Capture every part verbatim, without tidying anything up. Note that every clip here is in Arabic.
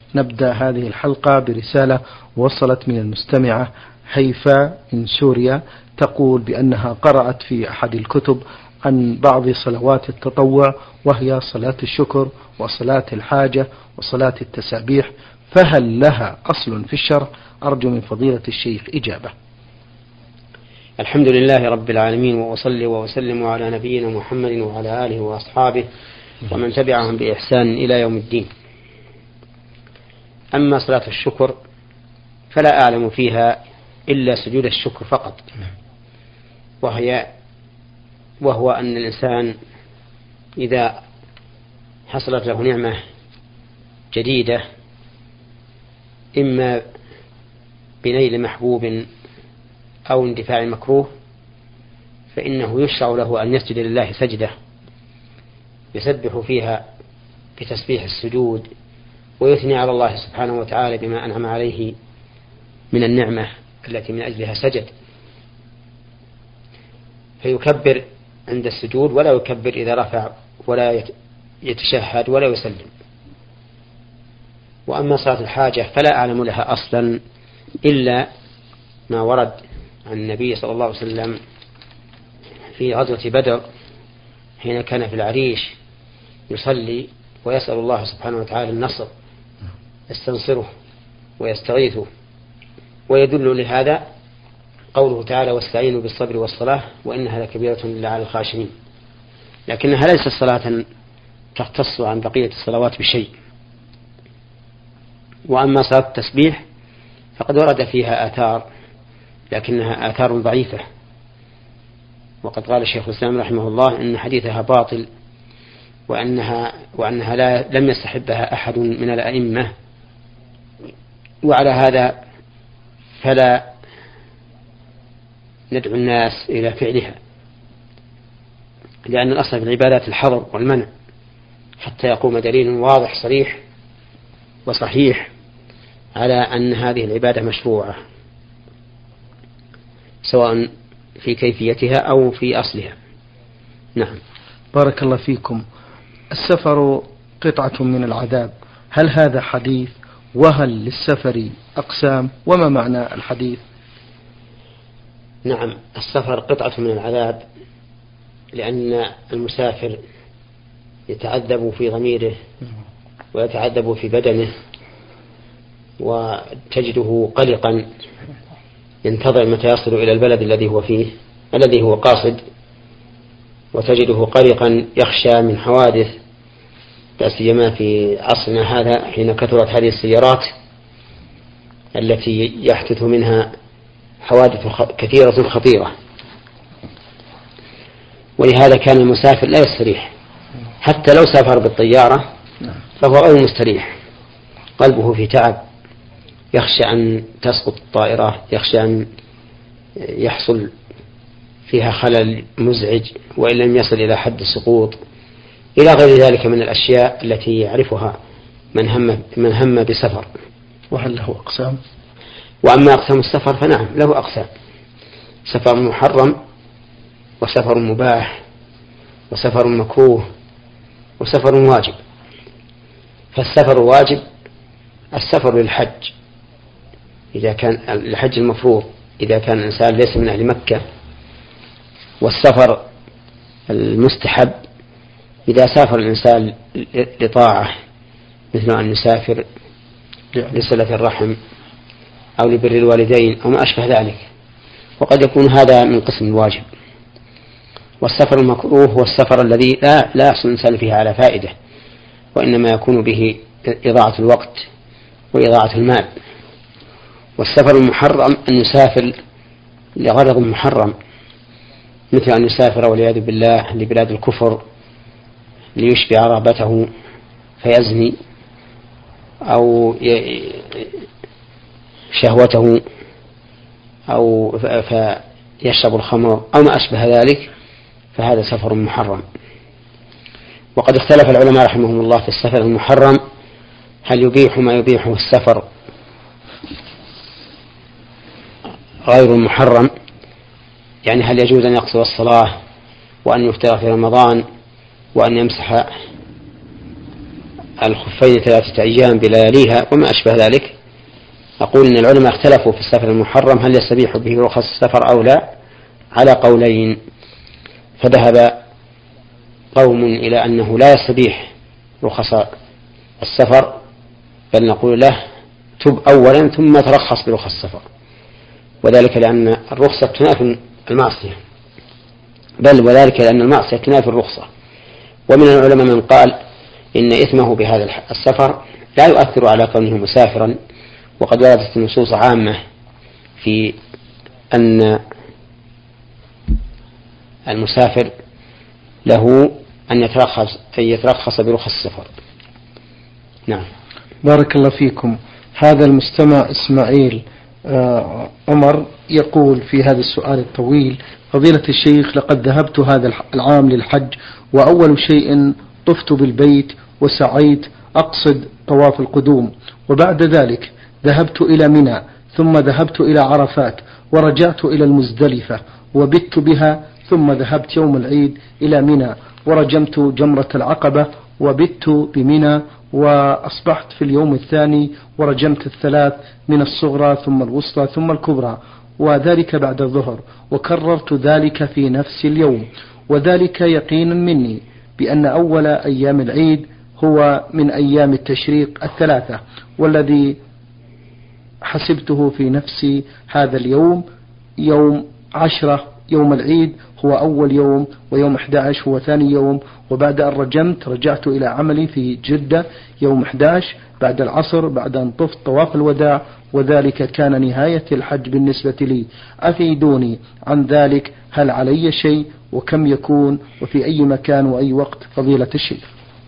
نبدأ هذه الحلقة برسالة وصلت من المستمعة هيفا من سوريا، تقول بأنها قرأت في أحد الكتب عن بعض صلوات التطوع، وهي صلاة الشكر وصلاة الحاجة وصلاة التسابيح، فهل لها أصل في الشرع؟ أرجو من فضيلة الشيخ إجابة. الحمد لله رب العالمين، وأصلي وأسلم على نبينا محمد وعلى آله وأصحابه ومن تبعهم بإحسان إلى يوم الدين. أما صلاة الشكر فلا أعلم فيها إلا سجود الشكر فقط، وهي وهو أن الإنسان إذا حصلت له نعمة جديدة، إما بنيل محبوب أو اندفاع مكروه، فإنه يشرع له أن يسجد لله سجدة يسبح فيها بتسبيح السجود، ويثني على الله سبحانه وتعالى بما أنعم عليه من النعمة التي من أجلها سجد، فيكبر عند السجود ولا يكبر إذا رفع، ولا يتشهد ولا يسلم. وأما صلاة الحاجة فلا أعلم لها أصلا إلا ما ورد عن النبي صلى الله عليه وسلم في غزوة بدر حين كان في العريش يصلي ويسأل الله سبحانه وتعالى النصر، يستنصره ويستغيثه. ويدل لهذا قوله تعالى: واستعينوا بالصبر والصلاة وإنها لكبيرة إلا على الخاشعين، لكنها ليست صلاة تختص عن بقية الصلوات بشيء. وأما صلاة التسبيح فقد ورد فيها آثار، لكنها آثار ضعيفة، وقد قال الشيخ الإسلام رحمه الله إن حديثها باطل، وأنها, وأنها لا لم يستحبها أحد من الأئمة، وعلى هذا فلا ندعو الناس إلى فعلها، لأن الأصل في العبادات الحظر والمنع حتى يقوم دليل واضح صريح وصحيح على أن هذه العبادة مشروعة، سواء في كيفيتها أو في أصلها. نعم. بارك الله فيكم. السفر قطعة من العذاب، هل هذا حديث؟ وهل للسفر أقسام؟ وما معنى الحديث؟ نعم، السفر قطعة من العذاب، لأن المسافر يتعذب في ضميره ويتعذب في بدنه، وتجده قلقا ينتظر متى يصل إلى البلد الذي هو فيه الذي هو قاصد، وتجده قلقا يخشى من حوادث، لا سيما في عصرنا هذا حين كثرت هذه السيارات التي يحدث منها حوادث كثيرة خطيرة. ولهذا كان المسافر لا يستريح، حتى لو سافر بالطيارة فهو غير مستريح، قلبه في تعب، يخشى أن تسقط الطائرة، يخشى أن يحصل فيها خلل مزعج وإن لم يصل إلى حد السقوط، إلى غير ذلك من الأشياء التي يعرفها من هم, من هم بسفر. وهل له أقسام؟ وأما أقسام السفر فنعم له أقسام: سفر محرم، وسفر مباح، وسفر مكروه، وسفر واجب. فالسفر واجب السفر للحج إذا كان الحج المفروض إذا كان الإنسان ليس من أهل مكة، والسفر المستحب إذا سافر الإنسان لطاعة، مثل أن يسافر لصلة الرحم أو لبر الوالدين أو ما أشبه ذلك، وقد يكون هذا من قسم الواجب. والسفر المكروه هو السفر الذي لا, لا يحصل الإنسان فيه على فائدة، وإنما يكون به إضاعة الوقت وإضاعة المال. والسفر المحرم أن يسافر لغرض محرم، مثل أن يسافر والعياذ بالله لبلاد الكفر ليشبع رغبته فيزني، أو شهوته، أو فيشرب الخمر أو ما أشبه ذلك، فهذا سفر محرم. وقد اختلف العلماء رحمهم الله في السفر المحرم، هل يبيح ما يبيحه السفر غير المحرم، يعني هل يجوز أن يقصر الصلاة وأن يفطر في رمضان وأن يمسح الخفين ثلاثة أيام بلياليها وما أشبه ذلك، أقول إن العلماء اختلفوا في السفر المحرم هل يستبيح به رخص السفر أو لا على قولين. فذهب قوم إلى أنه لا يستبيح رخص السفر، بل نقول له تب أولا ثم ترخص برخص السفر، وذلك لأن الرخصة تنافي المعصية، بل وذلك لأن المعصية تنافي الرخصة. ومن العلماء من قال إن إثمه بهذا السفر لا يؤثر على كونه مسافرا، وقد وردت النصوص عامة في أن المسافر له أن يترخص أن يترخص برخص السفر. نعم. بارك الله فيكم. هذا المستمع إسماعيل آه عمر يقول في هذا السؤال الطويل: فضيلة الشيخ، لقد ذهبت هذا العام للحج، وأول شيء طفت بالبيت وسعيت أقصد طواف القدوم، وبعد ذلك ذهبت إلى منى، ثم ذهبت إلى عرفات، ورجعت إلى المزدلفة وبت بها، ثم ذهبت يوم العيد إلى منى ورجمت جمرة العقبة وبت بمنى، وأصبحت في اليوم الثاني ورجمت الثلاث من الصغرى ثم الوسطى ثم الكبرى، وذلك بعد الظهر، وكررت ذلك في نفس اليوم، وذلك يقينا مني بأن أول أيام العيد هو من أيام التشريق الثلاثة، والذي حسبته في نفسي هذا اليوم يوم عشرة يوم العيد هو أول يوم، ويوم أحد عشر هو ثاني يوم، وبعد أن رجمت رجعت إلى عملي في جدة يوم أحد عشر بعد العصر بعد أن طفت طواف الوداع، وذلك كان نهاية الحج بالنسبة لي. أفيدوني عن ذلك، هل علي شيء، وكم يكون، وفي أي مكان وأي وقت فضيلة الشيخ؟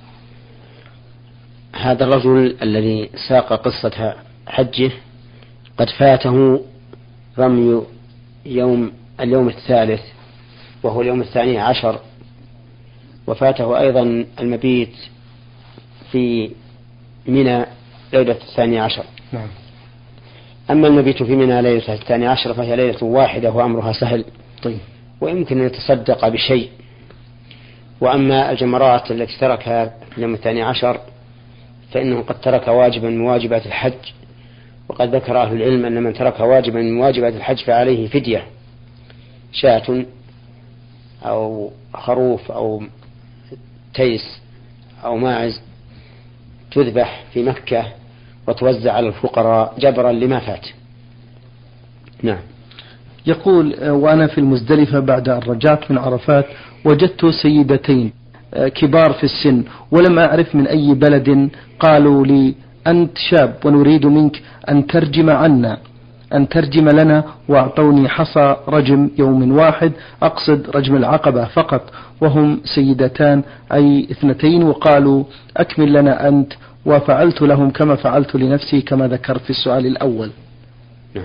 هذا الرجل الذي ساق قصة حجه قد فاته رمي يوم اليوم الثالث وهو اليوم الثاني عشر، وفاته أيضا المبيت في منى ليلة الثاني عشر. نعم. أما المبيت في منى ليلة الثاني عشر فهي ليلة واحدة وأمرها سهل، طيب. ويمكن أن يتصدق بشيء. وأما الجمرات التي تركها في اليوم الثاني عشر فإنه قد ترك واجبا من واجبات الحج، وقد ذكر أهل العلم أن من ترك واجبا من واجبات الحج فعليه فدية، شاة أو خروف أو تيس أو ماعز تذبح في مكة وتوزع على الفقراء جبرا لما فات. نعم. يقول: وأنا في المزدلفة بعد أن رجعت من عرفات وجدت سيدتين كبار في السن، ولم أعرف من أي بلد، قالوا لي: أنت شاب ونريد منك أن ترجم عنا أن ترجم لنا، وأعطوني حصى رجم يوم واحد، أقصد رجم العقبة فقط، وهم سيدتان أي اثنتين، وقالوا: أكمل لنا أنت، وفعلت لهم كما فعلت لنفسي كما ذكرت في السؤال الأول. نعم.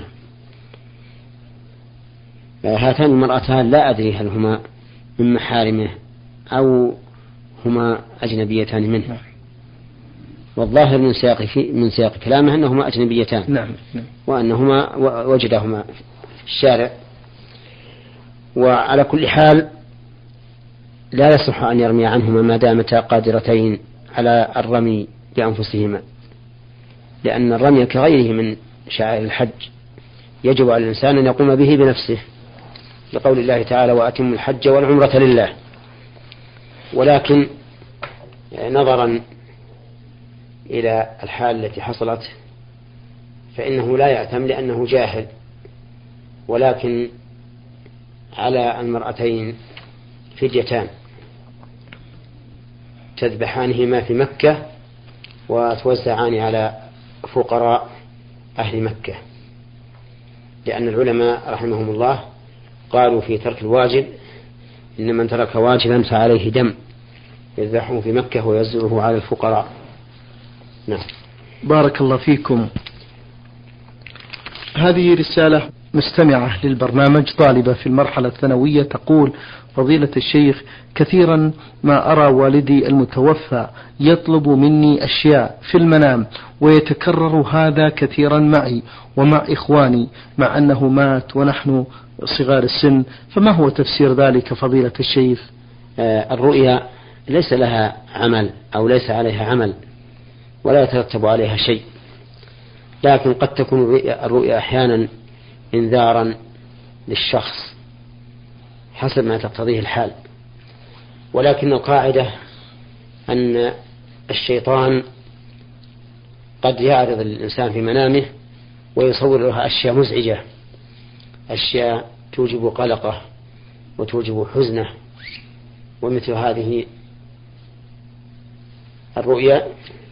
هاتان المرأتان لا أدري هل هما من محارمه أو هما أجنبيتان منه. نعم. والظاهر من سياق في من سياق كلامه أنهما أجنبيتان. نعم. نعم. وأنهما وجدهما في الشارع. وعلى كل حال لا يصح أن يرمي عنهما ما دامتا قادرتين على الرمي بأنفسهما، لأن الرمي كغيره من شعائر الحج يجب على الإنسان أن يقوم به بنفسه، لقول الله تعالى: وأتموا الحج والعمرة لله. ولكن نظرا إلى الحال التي حصلت فإنه لا يأتم لأنه جاهل، ولكن على المرأتين فديتان تذبحانهما في مكة وتوزعان على فقراء أهل مكة، لأن العلماء رحمهم الله قالوا في ترك الواجب: إن من ترك واجبا فعليه دم، يذبحه في مكة ويوزعه على الفقراء. نعم. بارك الله فيكم. هذه رسالة مستمعة للبرنامج، طالبة في المرحلة الثانوية، تقول: فضيلة الشيخ، كثيرا ما أرى والدي المتوفى يطلب مني أشياء في المنام، ويتكرر هذا كثيرا معي ومع إخواني، مع أنه مات ونحن صغار السن، فما هو تفسير ذلك فضيلة الشيخ؟ آه الرؤيا ليس لها عمل أو ليس عليها عمل ولا يترتب عليها شيء، لكن قد تكون الرؤيا أحيانا إنذارا للشخص حسب ما تقتضيه الحال. ولكن القاعدة أن الشيطان قد يعرض الإنسان في منامه ويصور له أشياء مزعجة، أشياء توجب قلقه وتوجب حزنه، ومثل هذه الرؤيا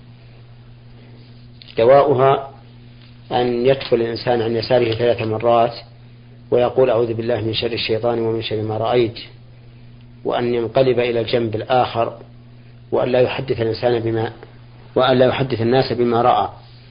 دواؤها أن يدخل الإنسان عن يساره ثلاث مرات ويقول أعوذ بالله من شر الشيطان ومن شر ما رأيت، وأن ينقلب إلى الجنب الآخر، وأن لا يحدث الإنسان بما وأن لا يحدث الناس بما رأى،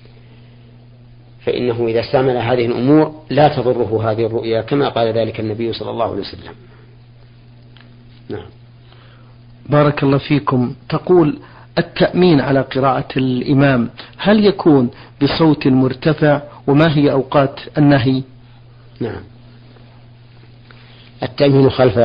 فإنه إذا استعمل هذه الأمور لا تضره هذه الرؤيا كما قال ذلك النبي صلى الله عليه وسلم. نعم. بارك الله فيكم. تقول التأمين على قراءة الإمام هل يكون بصوت مرتفع، وما هي أوقات النهي؟ نعم، التأمين خلف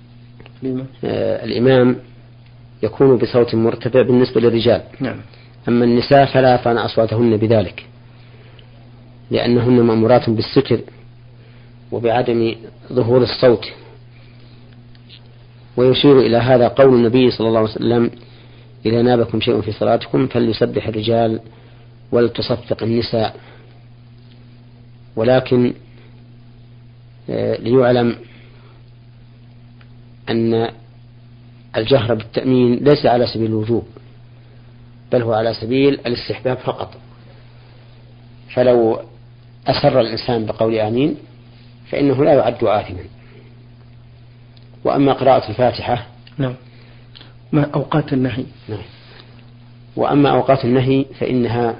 الإمام يكون بصوت مرتفع بالنسبة للرجال. نعم. أما النساء فلا يرفعن أصواتهن بذلك، لأنهن مأمورات بالستر وبعدم ظهور الصوت. ويشير إلى هذا قول النبي صلى الله عليه وسلم إذا نابكم شيء في صلاتكم فليسبح الرجال ولتصفق النساء. ولكن ليعلم أن الجهر بالتأمين ليس على سبيل الوجوب، بل هو على سبيل الاستحباب فقط. فلو أسر الإنسان بقول آمين فإنه لا يعد آثما. وأما قراءة الفاتحة نعم. ما أوقات النهي؟ نعم. وأما أوقات النهي فإنها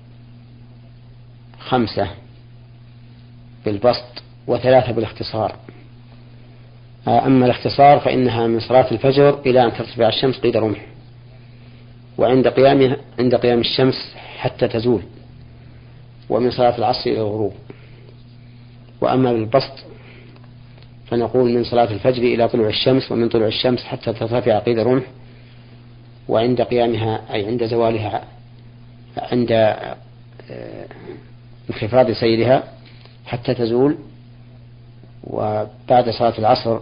خمسة بالبسط وثلاثة بالاختصار. أما الاختصار فإنها من صلاة الفجر إلى أن ترتفع الشمس قيد رمح، وعند قيامها عند قيام الشمس حتى تزول، ومن صلاة العصر إلى الغروب. وأما بالبسط فنقول من صلاة الفجر إلى طلوع الشمس، ومن طلوع الشمس حتى ترتفع قيد رمح، وعند قيامها أي عند زوالها عند انخفاض سيرها حتى تزول، وبعد صلاة العصر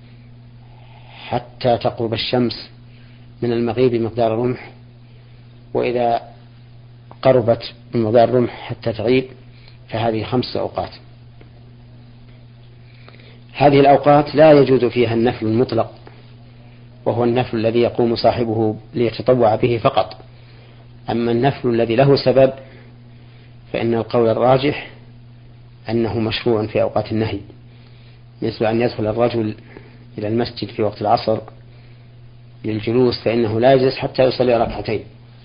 حتى تقرب الشمس من المغيب مقدار رمح، وإذا قربت من مقدار رمح حتى تغيب، فهذه خمس أوقات. هذه الأوقات لا يجوز فيها النفل المطلق، وهو النفل الذي يقوم صاحبه ليتطوع به فقط. أما النفل الذي له سبب فإن القول الراجح أنه مشروع في أوقات النهي، مثل أن يدخل الرجل إلى المسجد في وقت العصر للجلوس فإنه لا يجلس حتى يصلي ركعتين،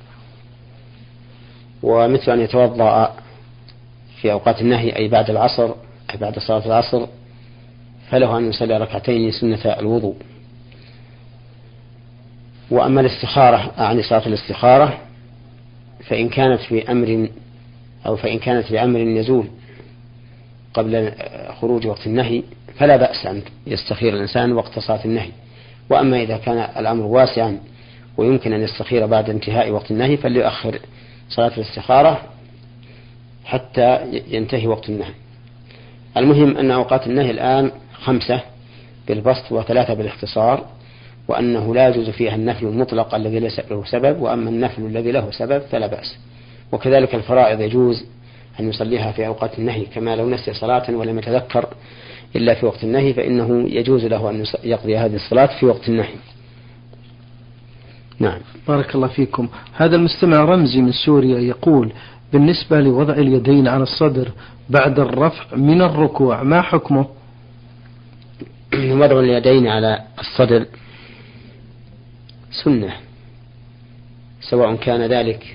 ومثل أن يتوضأ في أوقات النهي أي بعد العصر أي بعد صلاة العصر فله أن يصلي ركعتين سنة الوضوء. وأما الاستخارة عن صلاة الاستخارة فإن كانت في أمر أو فإن كانت بأمر يزول قبل خروج وقت النهي فلا بأس أن يستخير الإنسان وقت صلاة النهي. وأما إذا كان الأمر واسعا ويمكن أن يستخير بعد انتهاء وقت النهي فليؤخر صلاة الاستخارة حتى ينتهي وقت النهي. المهم أن أوقات النهي الآن خمسة بالبسط وثلاثة بالاختصار، وأنه لا يجوز فيها النفل المطلق الذي ليس له سبب، وأما النفل الذي له سبب فلا بأس. وكذلك الفرائض يجوز أن يصليها في أوقات النهي، كما لو نسي صلاة ولم يتذكر إلا في وقت النهي فإنه يجوز له أن يقضي هذه الصلاة في وقت النهي. نعم. بارك الله فيكم. هذا المستمع رمزي من سوريا يقول بالنسبة لوضع اليدين على الصدر بعد الرفع من الركوع ما حكمه؟ وضع اليدين على الصدر سنة، سواء كان ذلك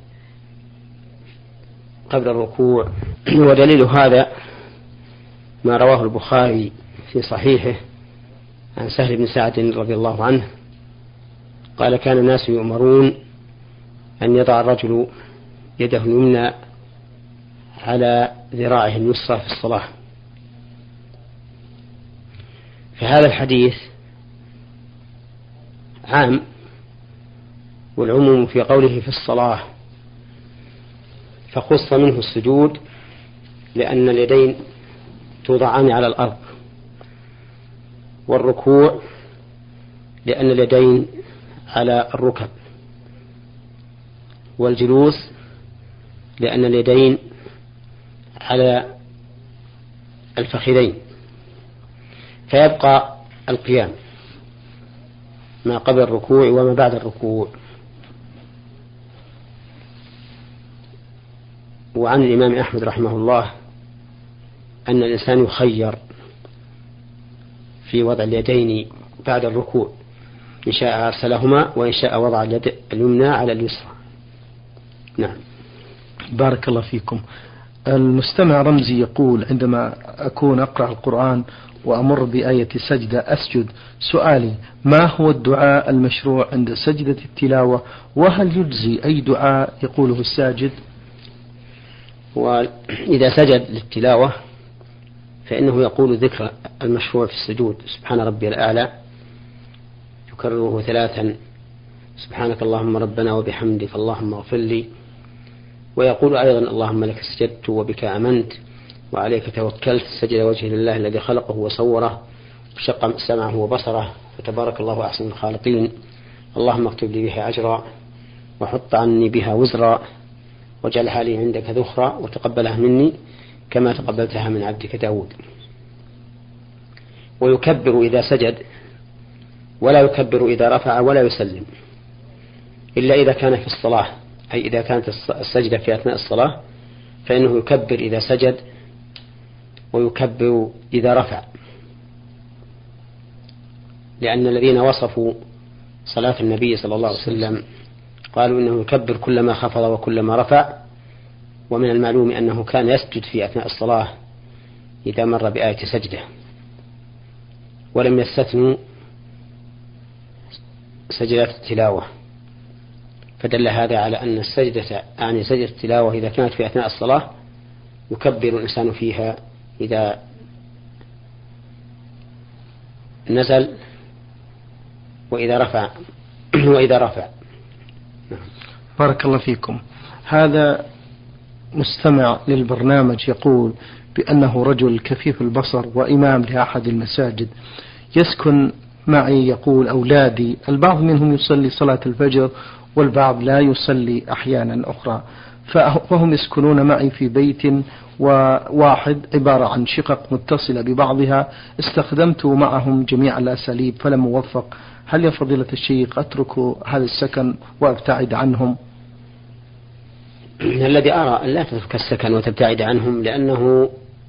قبل الركوع. ودليل هذا ما رواه البخاري في صحيحه عن سهل بن سعد رضي الله عنه قال كان الناس يؤمرون أن يضع الرجل يده اليمنى على ذراعه اليسرى في الصلاة. فهذا الحديث عام، والعموم في قوله في الصلاة فخص منه السجود لأن اليدين توضعان على الأرض، والركوع لأن اليدين على الركب، والجلوس لأن اليدين على الفخذين، فيبقى القيام ما قبل الركوع وما بعد الركوع. وعن الإمام أحمد رحمه الله أن الإنسان يخير في وضع اليدين بعد الركوع، إن شاء أرسلهما وإن شاء وضع اليد اليمنى على اليسرى. نعم. بارك الله فيكم. المستمع رمزي يقول: عندما أكون أقرأ القرآن وأمر بآية سجدة أسجد، سؤالي: ما هو الدعاء المشروع عند سجدة التلاوة؟ وهل يجزي أي دعاء يقوله الساجد؟ وإذا سجد للتلاوة فإنه يقول ذكر المشروع في السجود: سبحان ربي الأعلى، يكرره ثلاثا: سبحانك اللهم ربنا وبحمدك اللهم اغفر لي. ويقول أيضا: اللهم لك سجدت وبك آمنت وعليك توكلت، سجد وجهي لله الذي خلقه وصوره وشق سمعه وبصره، فتبارك الله أحسن الخالقين، اللهم اكتب لي بها أجرا وحط عني بها وزرا واجعلها لي عندك ذخرا وتقبلها مني كما تقبلتها من عبدك داود. ويكبر إذا سجد ولا يكبر إذا رفع ولا يسلم، إلا إذا كان في الصلاة، أي إذا كانت السجدة في أثناء الصلاة فإنه يكبر إذا سجد ويكبر إذا رفع، لأن الذين وصفوا صلاة النبي صلى الله عليه وسلم قالوا إنه يكبر كلما خفض وكلما رفع. ومن المعلوم أنه كان يسجد في أثناء الصلاة إذا مر بآية سجدة، ولم يستثنوا سجدة التلاوة، فدل هذا على أن السجدة يعني سجدة التلاوة إذا كانت في أثناء الصلاة يكبر الإنسان فيها إذا نزل وإذا رفع وإذا رفع. بارك الله فيكم. هذا مستمع للبرنامج يقول بأنه رجل كفيف البصر وإمام لأحد المساجد، يسكن معي، يقول أولادي البعض منهم يصلي صلاة الفجر والبعض لا يصلي أحيانا أخرى، فهم يسكنون معي في بيت وواحد عبارة عن شقق متصلة ببعضها، استخدمت معهم جميع الأساليب فلم أوفق. هل يا فضيلة الشيخ أترك هذا السكن وأبتعد عنهم؟ الذي أرى أن لا تترك السكن وتبتعد عنهم، لأنه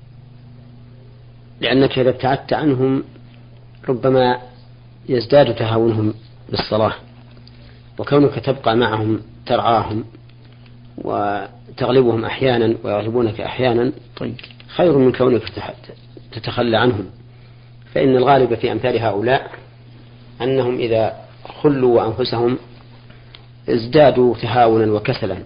لأنك إذا ابتعدت عنهم ربما يزداد تهاونهم بالصلاة، وكونك تبقى معهم ترعاهم وتغلبهم أحيانا ويغلبونك أحيانا خير من كونك تتخلى عنهم. فإن الغالب في أمثال هؤلاء أنهم إذا خلوا أنفسهم ازدادوا تهاونا وكسلا،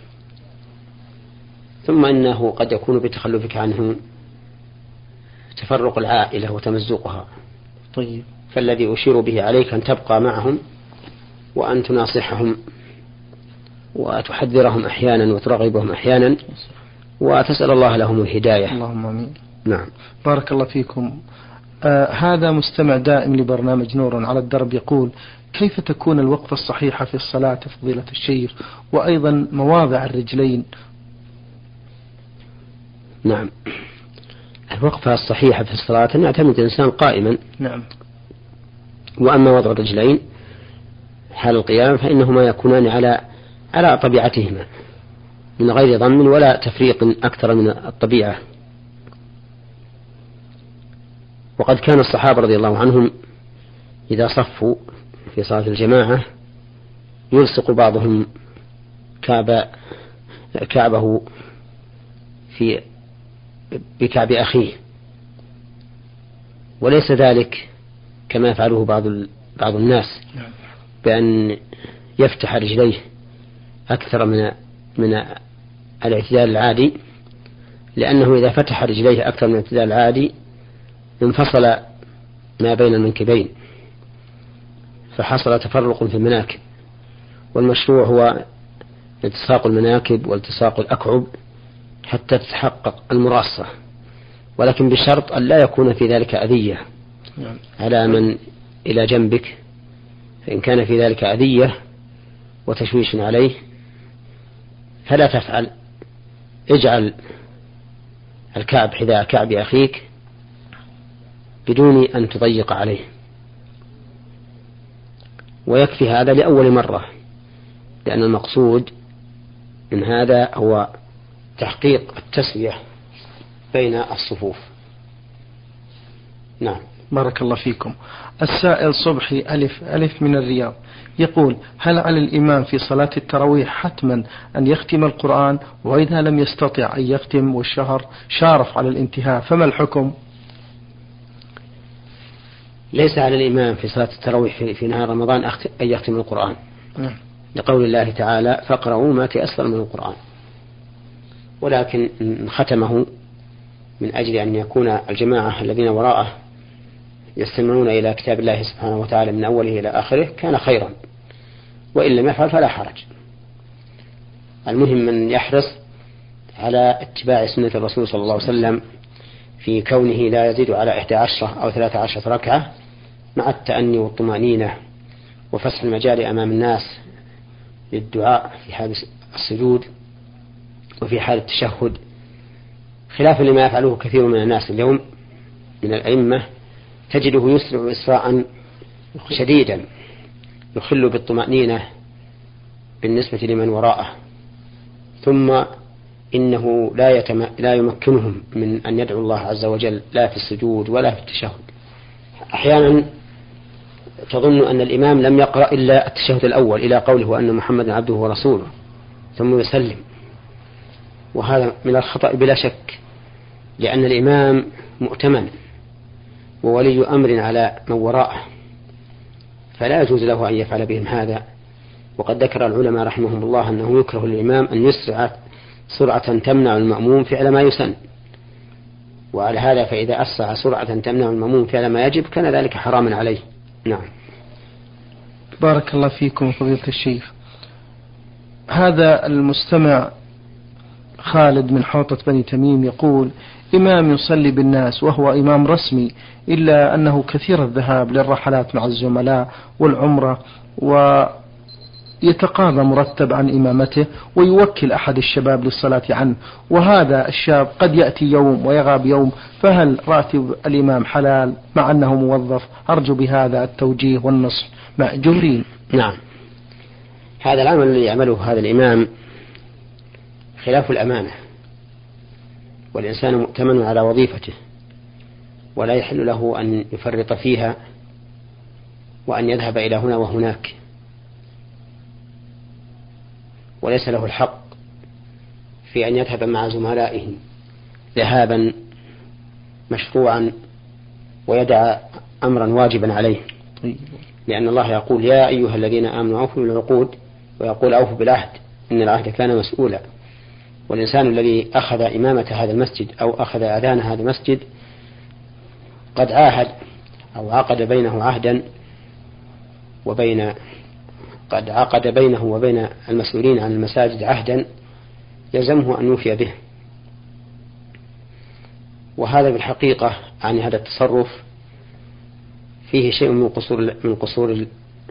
ثم إنه قد يكون بتخلفك عنهم تفرق العائلة وتمزقها. طيب. فالذي أشير به عليك أن تبقى معهم وأن تناصحهم وتحذرهم أحيانا وترغبهم أحيانا وتسأل الله لهم الهداية. اللهم آمين. نعم. بارك الله فيكم. آه هذا مستمع دائم لبرنامج نور على الدرب يقول: كيف تكون الوقفة الصحيحة في الصلاة فضيلة الشيخ، وأيضا مواضع الرجلين؟ نعم، الوقفة الصحيحة في الصلاة أن يعتمد الإنسان قائما. نعم. وأما وضع الرجلين حال القيام فإنهما يكونان على على طبيعتهما من غير ضم ولا تفريق أكثر من الطبيعة. وقد كان الصحابة رضي الله عنهم إذا صفوا في صلاة الجماعة يلصق بعضهم كعب كعبه في بكعب أخيه، وليس ذلك كما يفعله بعض بعض الناس بأن يفتح رجليه أكثر من من الاعتدال العادي، لأنه إذا فتح رجليه أكثر من الاعتدال العادي انفصل ما بين المنكبين فحصل تفرق في المناكب. والمشروع هو التصاق المناكب والتصاق الأكعب حتى تتحقق المراصة، ولكن بشرط أن لا يكون في ذلك أذية على من إلى جنبك. فإن كان في ذلك أذية وتشويش عليه فلا تفعل. اجعل الكعب حذاء كعب أخيك بدون أن تضيق عليه، ويكفي هذا لأول مرة، لأن المقصود من هذا هو تحقيق التسوية بين الصفوف. نعم. بارك الله فيكم. السائل صبحي ألف ألف من الرياض يقول: هل على الإمام في صلاة التراويح حتما أن يختم القرآن؟ وإذا لم يستطع أن يختم والشهر شارف على الانتهاء فما الحكم؟ ليس على الإمام في صلاة التراويح في نهار رمضان أن يختم القرآن، لقول الله تعالى: فاقرؤوا ما تيسر من القرآن. ولكن إن ختمه من أجل أن يكون الجماعة الذين وراءه يستمعون إلى كتاب الله سبحانه وتعالى من أوله إلى آخره كان خيرا، وإن لم يفعل فلا حرج. المهم من يحرص على اتباع سنة الرسول صلى الله عليه وسلم في كونه لا يزيد على إحدى عشرة أو ثلاثة عشرة ركعة، مع التأني والطمأنينة وفسح المجال أمام الناس للدعاء في حال السجود وفي حال التشهد، خلافا لما يفعله كثير من الناس اليوم من الأئمة، تجده يسرع إسراعا شديدا يخل بالطمأنينة بالنسبة لمن وراءه، ثم إنه لا, يتم... لا يمكنهم من أن يدعو الله عز وجل لا في السجود ولا في التشهد. أحيانا تظن أن الإمام لم يقرأ إلا التشهد الأول إلى قوله وأن محمد عبده ورسوله ثم يسلم، وهذا من الخطأ بلا شك، لأن الإمام مؤتمن وولي أمر على من وراءه، فلا يجوز له أن يفعل بهم هذا. وقد ذكر العلماء رحمهم الله أنه يكره للإمام أن يسرع سرعة تمنع المأموم فعل ما يسن، وعلى هذا فإذا أسرع سرعة تمنع المأموم فعل ما يجب كان ذلك حراما عليه. نعم. بارك الله فيكم فضيلة الشيخ. هذا المستمع خالد من حوطة بني تميم يقول: إمام يصلي بالناس وهو إمام رسمي، إلا أنه كثير الذهاب للرحلات مع الزملاء والعمرة، ويتقاضى مرتب عن إمامته ويوكل أحد الشباب للصلاة عنه، وهذا الشاب قد يأتي يوم ويغاب يوم، فهل راتب الإمام حلال مع أنه موظف؟ أرجو بهذا التوجيه والنصح مأجورين. نعم. هذا العمل الذي يعمله هذا الإمام خلاف الأمانة، والإنسان مؤتمن على وظيفته ولا يحل له أن يفرط فيها وأن يذهب إلى هنا وهناك، وليس له الحق في أن يذهب مع زملائه ذهابا مشروعا ويدع أمرا واجبا عليه، لأن الله يقول: يا أيها الذين آمنوا أوفوا بالعقود، ويقول: أوفوا بالعهد إن العهد كان مسؤولا. والإنسان الذي أخذ إمامة هذا المسجد أو أخذ أذان هذا المسجد قد عاهد أو عقد بينه عهدا وبين قد عقد بينه وبين المسؤولين عن المساجد عهدا يلزمه أن يوفي به. وهذا بالحقيقة عن هذا التصرف فيه شيء من قصور من قصور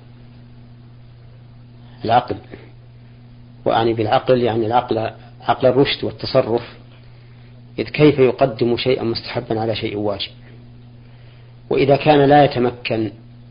العقل، وأعني بالعقل يعني العقل عقل الرشد والتصرف، إذ كيف يقدم شيئا مستحبا على شيء واجب؟ وإذا كان لا يتمكن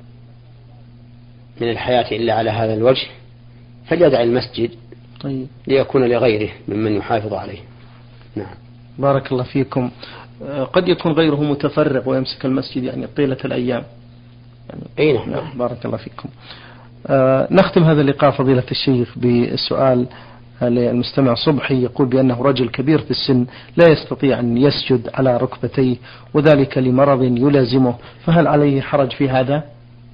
من الحياة إلا على هذا الوجه فليدع المسجد طيب. ليكون لغيره ممن يحافظ عليه. نعم. بارك الله فيكم. قد يكون غيره متفرغ ويمسك المسجد يعني طيلة الأيام يعني. أي نعم. نعم. بارك الله فيكم. آه نختم هذا اللقاء فضيلة الشيخ بالسؤال للمستمع صبحي، يقول بأنه رجل كبير في السن لا يستطيع أن يسجد على ركبتيه وذلك لمرض يلازمه، فهل عليه حرج في هذا؟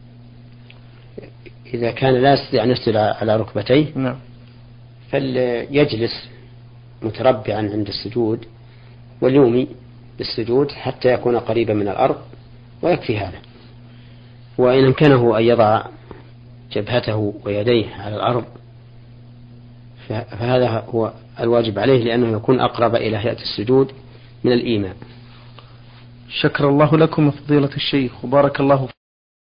إذا كان لا يستطيع أن يسجد على ركبتيه نعم. فليجلس متربعا عند السجود واليومي بالسجود حتى يكون قريبا من الأرض ويكفي هذا. وإن أمكنه أن يضع جبهته ويديه على الأرض فهذا هو الواجب عليه، لأنه يكون أقرب إلى هيئة السجود من الإيمان. شكر الله لكم فضيلة الشيخ وبارك الله